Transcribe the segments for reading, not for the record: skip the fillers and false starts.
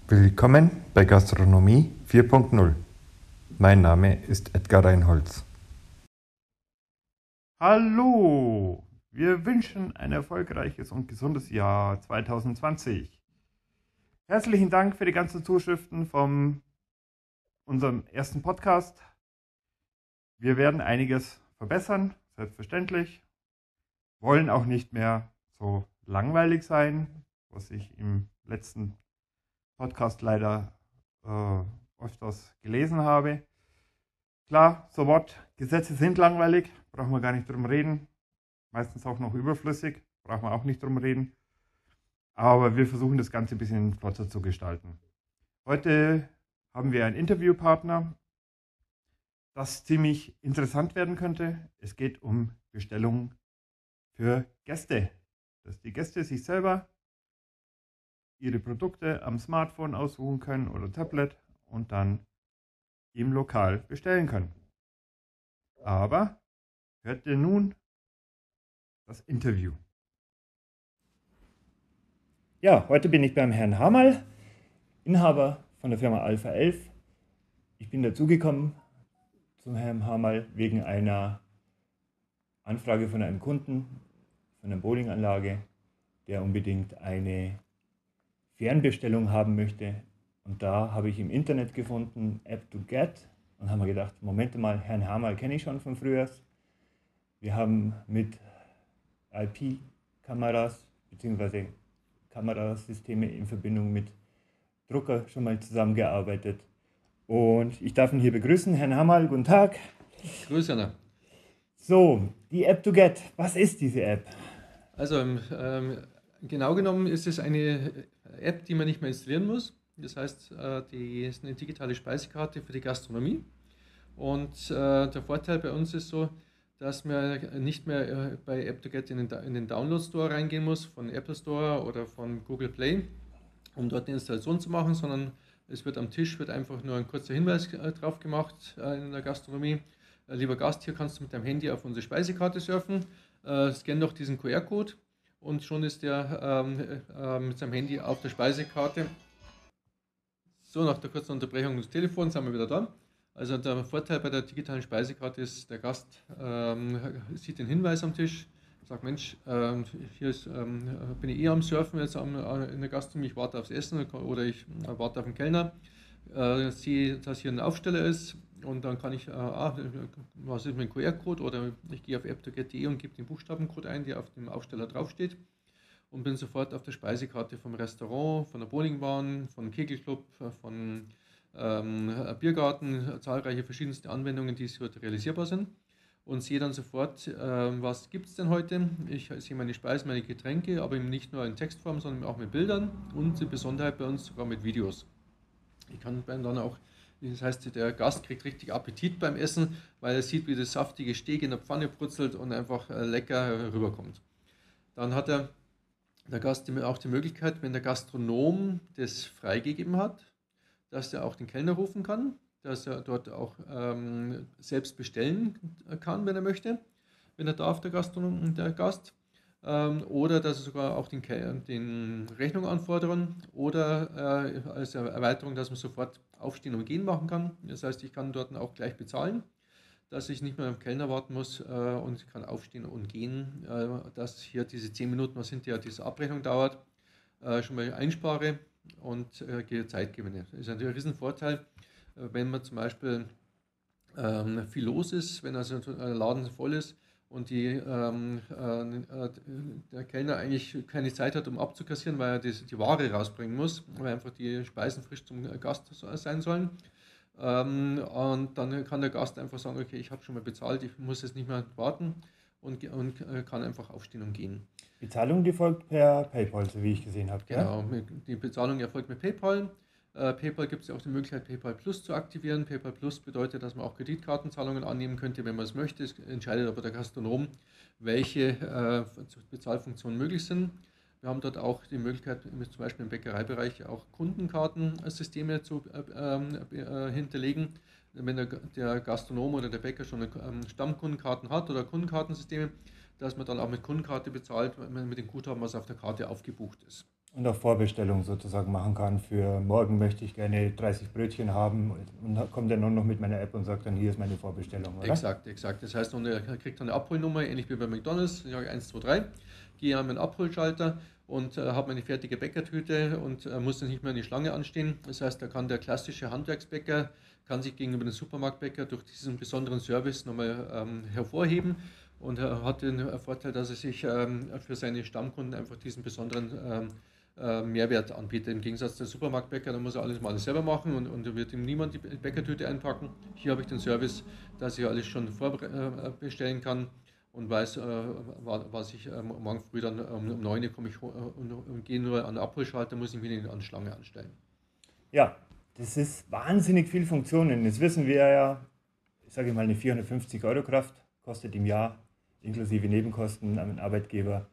Willkommen bei Gastronomie 4.0. Mein Name ist Edgar Reinholz. Hallo! Wir wünschen ein erfolgreiches und gesundes Jahr 2020. Herzlichen Dank für die ganzen Zuschriften von unserem ersten Podcast. Wir werden einiges verbessern, selbstverständlich. Wollen auch nicht mehr so langweilig sein, was ich im letzten Podcast leider öfters gelesen habe. Klar, so what, Gesetze sind langweilig, brauchen wir gar nicht drum reden. Meistens auch noch überflüssig, brauchen wir auch nicht drum reden. Aber wir versuchen das Ganze ein bisschen flotter zu gestalten. Heute haben wir einen Interviewpartner, das ziemlich interessant werden könnte. Es geht um Bestellungen für Gäste, dass die Gäste sich selber ihre Produkte am Smartphone aussuchen können oder Tablet und dann im Lokal bestellen können. Aber hört ihr nun das Interview. Ja, heute bin ich beim Herrn Hamerl, Inhaber von der Firma Alpha 11. Ich bin dazugekommen zum Herrn Hamerl wegen einer Anfrage von einem Kunden, von einer Bowlinganlage, der unbedingt eine Fernbestellung haben möchte. Und da habe ich im Internet gefunden, App2Get, und haben mir gedacht, Moment mal, Herrn Hamerl kenne ich schon von früher. Wir haben mit IP-Kameras bzw. Kamerasysteme in Verbindung mit Drucker schon mal zusammengearbeitet. Und ich darf ihn hier begrüßen. Herrn Hamerl, guten Tag. Grüß Anna. So, die App2Get, was ist diese App? Also genau genommen ist es eine App, die man nicht mehr installieren muss. Das heißt, die ist eine digitale Speisekarte für die Gastronomie. Und der Vorteil bei uns ist so, dass man nicht mehr bei App2Get in den Download Store reingehen muss, von Apple Store oder von Google Play, um dort eine Installation zu machen, sondern es wird am Tisch einfach nur ein kurzer Hinweis drauf gemacht in der Gastronomie. Lieber Gast, hier kannst du mit deinem Handy auf unsere Speisekarte surfen, scan doch diesen QR-Code und schon ist der mit seinem Handy auf der Speisekarte. So, nach der kurzen Unterbrechung des Telefons sind wir wieder da. Also der Vorteil bei der digitalen Speisekarte ist, der Gast sieht den Hinweis am Tisch, sagt, Mensch, hier bin ich am Surfen jetzt in der Gastronomie, ich warte aufs Essen oder ich warte auf den Kellner, sehe, dass hier ein Aufsteller ist und dann kann ich, was ist mein QR-Code, oder ich gehe auf app2get.de und gebe den Buchstabencode ein, der auf dem Aufsteller draufsteht, und bin sofort auf der Speisekarte vom Restaurant, von der Bowlingbahn, von Kegelclub, von Biergarten, zahlreiche verschiedenste Anwendungen, die dort realisierbar sind, und sehe dann sofort, was gibt es denn heute. Ich sehe meine Speisen, meine Getränke, aber eben nicht nur in Textform, sondern auch mit Bildern und die Besonderheit bei uns sogar mit Videos. Ich kann dann auch, das heißt, der Gast kriegt richtig Appetit beim Essen, weil er sieht, wie das saftige Steak in der Pfanne brutzelt und einfach lecker rüberkommt. Dann hat der Gast auch die Möglichkeit, wenn der Gastronom das freigegeben hat, dass er auch den Kellner rufen kann, dass er dort auch selbst bestellen kann, wenn er möchte, wenn er darf, der Gast. Oder dass er sogar auch den Rechnung anfordern, oder als Erweiterung, dass man sofort aufstehen und gehen machen kann. Das heißt, ich kann dort auch gleich bezahlen, dass ich nicht mehr am Kellner warten muss und ich kann aufstehen und gehen, dass hier diese 10 Minuten, was hinterher diese Abrechnung dauert, schon mal einspare und Zeit gewinne. Das ist ein Riesenvorteil, wenn man zum Beispiel viel los ist, wenn also ein Laden voll ist und der Kellner eigentlich keine Zeit hat, um abzukassieren, weil er die Ware rausbringen muss, weil einfach die Speisen frisch zum Gast sein sollen. Und dann kann der Gast einfach sagen, okay, ich habe schon mal bezahlt, ich muss jetzt nicht mehr warten, und kann einfach aufstehen und gehen. Bezahlung, die folgt per PayPal, so wie ich gesehen habe. Genau, die Bezahlung erfolgt mit PayPal. PayPal gibt es ja auch die Möglichkeit, PayPal Plus zu aktivieren. PayPal Plus bedeutet, dass man auch Kreditkartenzahlungen annehmen könnte, wenn man es möchte. Es entscheidet aber der Gastronom, welche Bezahlfunktionen möglich sind. Wir haben dort auch die Möglichkeit, zum Beispiel im Bäckereibereich auch Kundenkartensysteme zu hinterlegen. Wenn der Gastronom oder der Bäcker schon Stammkundenkarten hat oder Kundenkartensysteme, dass man dann auch mit Kundenkarte bezahlt, mit dem Guthaben, was auf der Karte aufgebucht ist. Und auch Vorbestellungen sozusagen machen kann. Für morgen möchte ich gerne 30 Brötchen haben und kommt dann nur noch mit meiner App und sagt dann, hier ist meine Vorbestellung, oder? Exakt, exakt. Das heißt, er kriegt dann eine Abholnummer, ähnlich wie bei McDonald's. Ich sage 1, 2, 3, gehe an meinen Abholschalter und habe meine fertige Bäckertüte und muss dann nicht mehr in die Schlange anstehen. Das heißt, da kann der klassische Handwerksbäcker kann sich gegenüber dem Supermarktbäcker durch diesen besonderen Service nochmal hervorheben und hat den Vorteil, dass er sich für seine Stammkunden einfach diesen besonderen Mehrwert anbietet. Im Gegensatz zum Supermarktbäcker, da muss er alles mal selber machen und da wird ihm niemand die Bäckertüte einpacken. Hier habe ich den Service, dass ich alles schon vorbestellen kann und weiß, was ich morgen früh dann um 9 Uhr komme ich und gehe nur an den Abholschalter, muss ich mich nicht an die Schlange anstellen. Ja, das ist wahnsinnig viel Funktionen. Das wissen wir ja, ich sage mal, eine 450 Euro Kraft kostet im Jahr, inklusive Nebenkosten an den Arbeitgeber,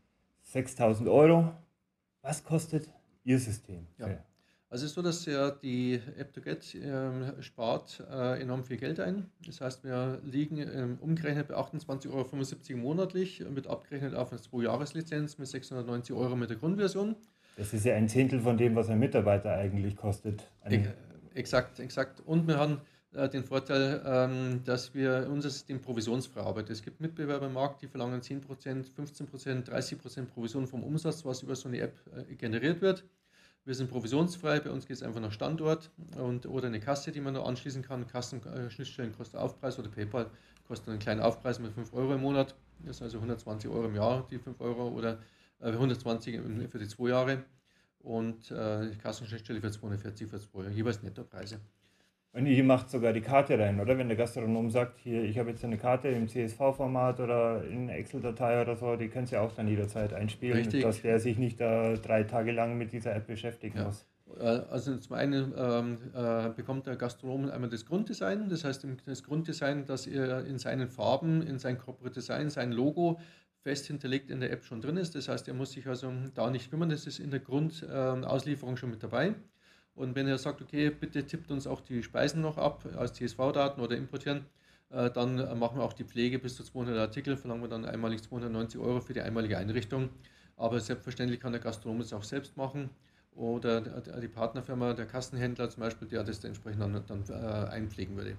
6.000 Euro. Was kostet Ihr System? Ja. Also es ist so, dass die App2Get spart enorm viel Geld ein. Das heißt, wir liegen umgerechnet bei 28,75 Euro monatlich, wird abgerechnet auf eine 2-Jahres-Lizenz mit 690 Euro mit der Grundversion. Das ist ja ein Zehntel von dem, was ein Mitarbeiter eigentlich kostet. Exakt, exakt. Und wir haben den Vorteil, dass wir unser System provisionsfrei arbeiten. Es gibt Mitbewerber im Markt, die verlangen 10%, 15%, 30% Provision vom Umsatz, was über so eine App generiert wird. Wir sind provisionsfrei, bei uns geht es einfach nach Standort oder eine Kasse, die man noch anschließen kann. Kassenschnittstellen kostet Aufpreis oder PayPal kostet einen kleinen Aufpreis mit 5 Euro im Monat. Das ist also 120 Euro im Jahr, die 5 Euro oder 120 für die 2 Jahre. Und die Kassenschnittstelle für 240 für 2 Jahre, jeweils Nettopreise. Und ihr macht sogar die Karte rein, oder? Wenn der Gastronom sagt, hier, ich habe jetzt eine Karte im CSV-Format oder in Excel-Datei oder so, die können Sie auch dann jederzeit einspielen, Richtig. Dass der sich nicht da 3 Tage lang mit dieser App beschäftigen muss. Also zum einen bekommt der Gastronom einmal das Grunddesign, das heißt das Grunddesign, das er in seinen Farben, in sein Corporate Design, sein Logo fest hinterlegt in der App schon drin ist. Das heißt, er muss sich also da nicht kümmern, das ist in der Grundauslieferung schon mit dabei. Und wenn er sagt, okay, bitte tippt uns auch die Speisen noch ab als CSV-Daten oder importieren, dann machen wir auch die Pflege bis zu 200 Artikel, verlangen wir dann einmalig 290 Euro für die einmalige Einrichtung. Aber selbstverständlich kann der Gastronom das auch selbst machen oder die Partnerfirma, der Kassenhändler zum Beispiel, der das entsprechend dann einpflegen würde.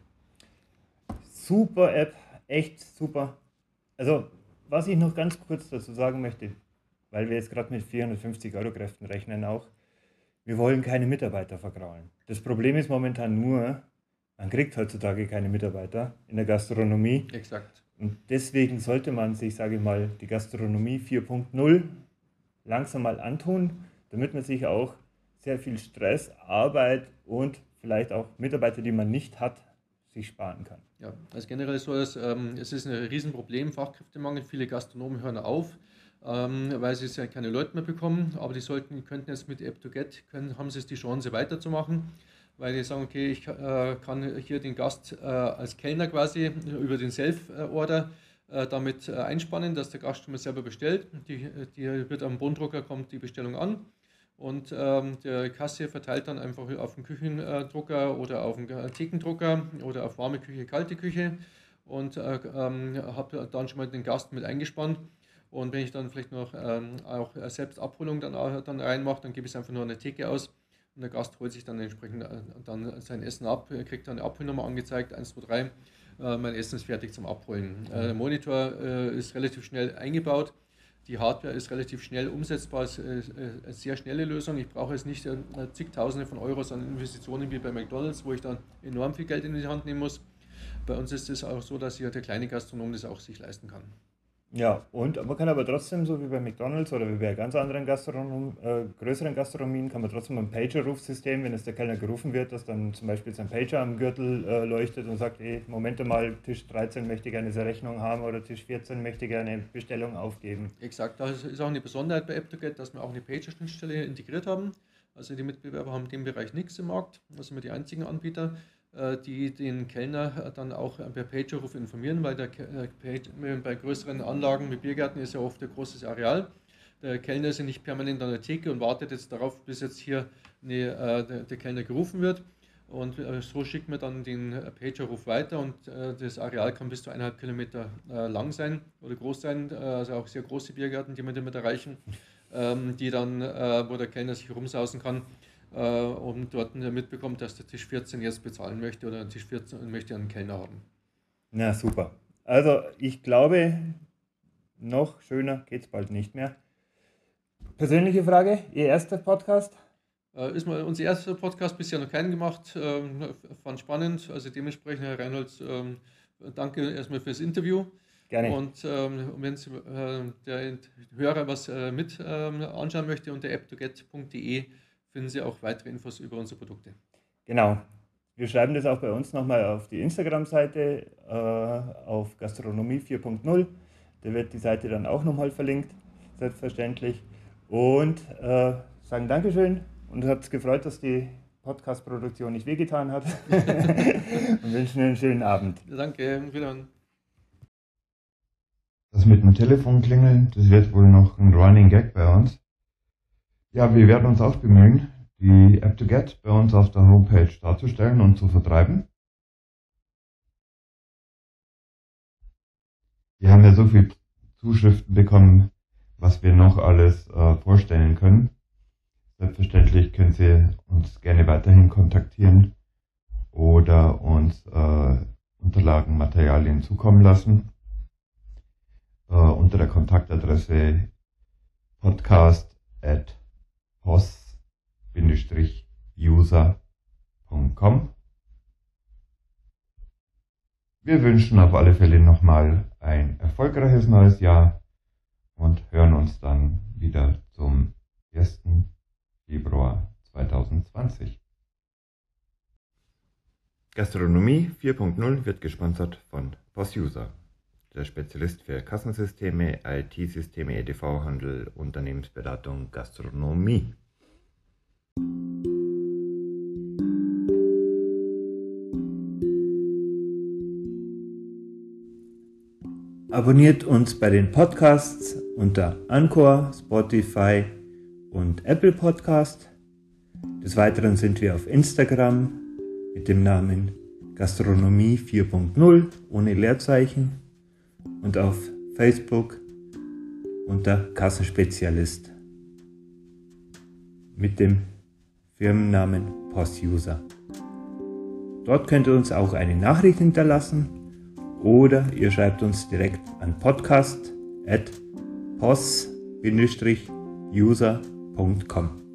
Super App, echt super. Also, was ich noch ganz kurz dazu sagen möchte, weil wir jetzt gerade mit 450 Euro Kräften rechnen auch, wir wollen keine Mitarbeiter vergraulen. Das Problem ist momentan nur, man kriegt heutzutage keine Mitarbeiter in der Gastronomie. Exakt. Und deswegen sollte man sich, sage ich mal, die Gastronomie 4.0 langsam mal antun, damit man sich auch sehr viel Stress, Arbeit und vielleicht auch Mitarbeiter, die man nicht hat, sich sparen kann. Ja, also generell so, es ist ein Riesenproblem, Fachkräftemangel. Viele Gastronomen hören auf, weil sie ja keine Leute mehr bekommen, aber könnten jetzt mit App2Get, haben sie die Chance weiterzumachen, weil die sagen, okay, ich kann hier den Gast als Kellner quasi über den Self-Order damit einspannen, dass der Gast schon mal selber bestellt. Die wird am Bodendrucker, kommt die Bestellung an und der Kassier verteilt dann einfach auf den Küchendrucker oder auf den Thekendrucker oder auf warme Küche, kalte Küche und habe dann schon mal den Gast mit eingespannt. Und wenn ich dann vielleicht noch auch Selbstabholung dann reinmache, dann gebe ich es einfach nur an der Theke aus und der Gast holt sich dann entsprechend dann sein Essen ab, kriegt dann eine Abholnummer angezeigt, 1, 2, 3, mein Essen ist fertig zum Abholen. Der Monitor ist relativ schnell eingebaut, die Hardware ist relativ schnell umsetzbar, ist eine sehr schnelle Lösung. Ich brauche jetzt nicht zigtausende von Euros an Investitionen wie bei McDonald's, wo ich dann enorm viel Geld in die Hand nehmen muss. Bei uns ist es auch so, dass der kleine Gastronom das auch sich leisten kann. Ja, und man kann aber trotzdem, so wie bei McDonald's oder wie bei ganz anderen größeren Gastronomien, kann man trotzdem ein Pager-Rufsystem, wenn es der Kellner gerufen wird, dass dann zum Beispiel sein Pager am Gürtel leuchtet und sagt, hey, Moment mal, Tisch 13 möchte gerne eine Rechnung haben oder Tisch 14 möchte gerne eine Bestellung aufgeben. Exakt, das ist auch eine Besonderheit bei App2Get, dass wir auch eine Pager-Schnittstelle integriert haben. Also die Mitbewerber haben in dem Bereich nichts im Markt, das sind wir die einzigen Anbieter, die den Kellner dann auch per Pagerruf informieren, weil bei größeren Anlagen mit Biergärten ist ja oft ein großes Areal. Der Kellner ist ja nicht permanent an der Theke und wartet jetzt darauf, bis jetzt hier der Kellner gerufen wird. Und so schickt man dann den Pagerruf weiter und das Areal kann bis zu 1,5 Kilometer lang sein oder groß sein, also auch sehr große Biergärten, die man damit erreichen. die dann, wo der Kellner sich rumsausen kann und dort mitbekommt, dass der Tisch 14 jetzt bezahlen möchte oder Tisch 14 und möchte einen Kellner haben. Na super. Also ich glaube, noch schöner geht es bald nicht mehr. Persönliche Frage, Ihr erster Podcast? Ist mal unser erster Podcast, bisher noch keinen gemacht, fand spannend, also dementsprechend, Herr Reinholz, danke erstmal fürs Interview. Gerne. Und wenn der Hörer was mit anschauen möchte, unter app2get.de finden Sie auch weitere Infos über unsere Produkte. Genau. Wir schreiben das auch bei uns nochmal auf die Instagram-Seite, auf Gastronomie 4.0. Da wird die Seite dann auch nochmal verlinkt, selbstverständlich. Und sagen Dankeschön und hat es gefreut, dass die Podcast-Produktion nicht wehgetan hat. Und wünschen einen schönen Abend. Danke, wiederhören. Das mit dem Telefon klingeln, das wird wohl noch ein Running Gag bei uns. Ja, wir werden uns auch bemühen, die App2Get bei uns auf der Homepage darzustellen und zu vertreiben. Wir haben ja so viele Zuschriften bekommen, was wir noch alles vorstellen können. Selbstverständlich können Sie uns gerne weiterhin kontaktieren oder uns Unterlagen, Materialien zukommen lassen. Unter der Kontaktadresse podcast@pos-user.com. Wir wünschen auf alle Fälle nochmal ein erfolgreiches neues Jahr und hören uns dann wieder zum 1. Februar 2020. Gastronomie 4.0 wird gesponsert von POS-User, der Spezialist für Kassensysteme, IT-Systeme, EDV-Handel, Unternehmensberatung, Gastronomie. Abonniert uns bei den Podcasts unter Anchor, Spotify und Apple Podcast. Des Weiteren sind wir auf Instagram mit dem Namen Gastronomie 4.0 ohne Leerzeichen und auf Facebook unter Kassenspezialist mit dem Firmennamen POS-User. Dort könnt ihr uns auch eine Nachricht hinterlassen oder ihr schreibt uns direkt an podcast@pos-user.com.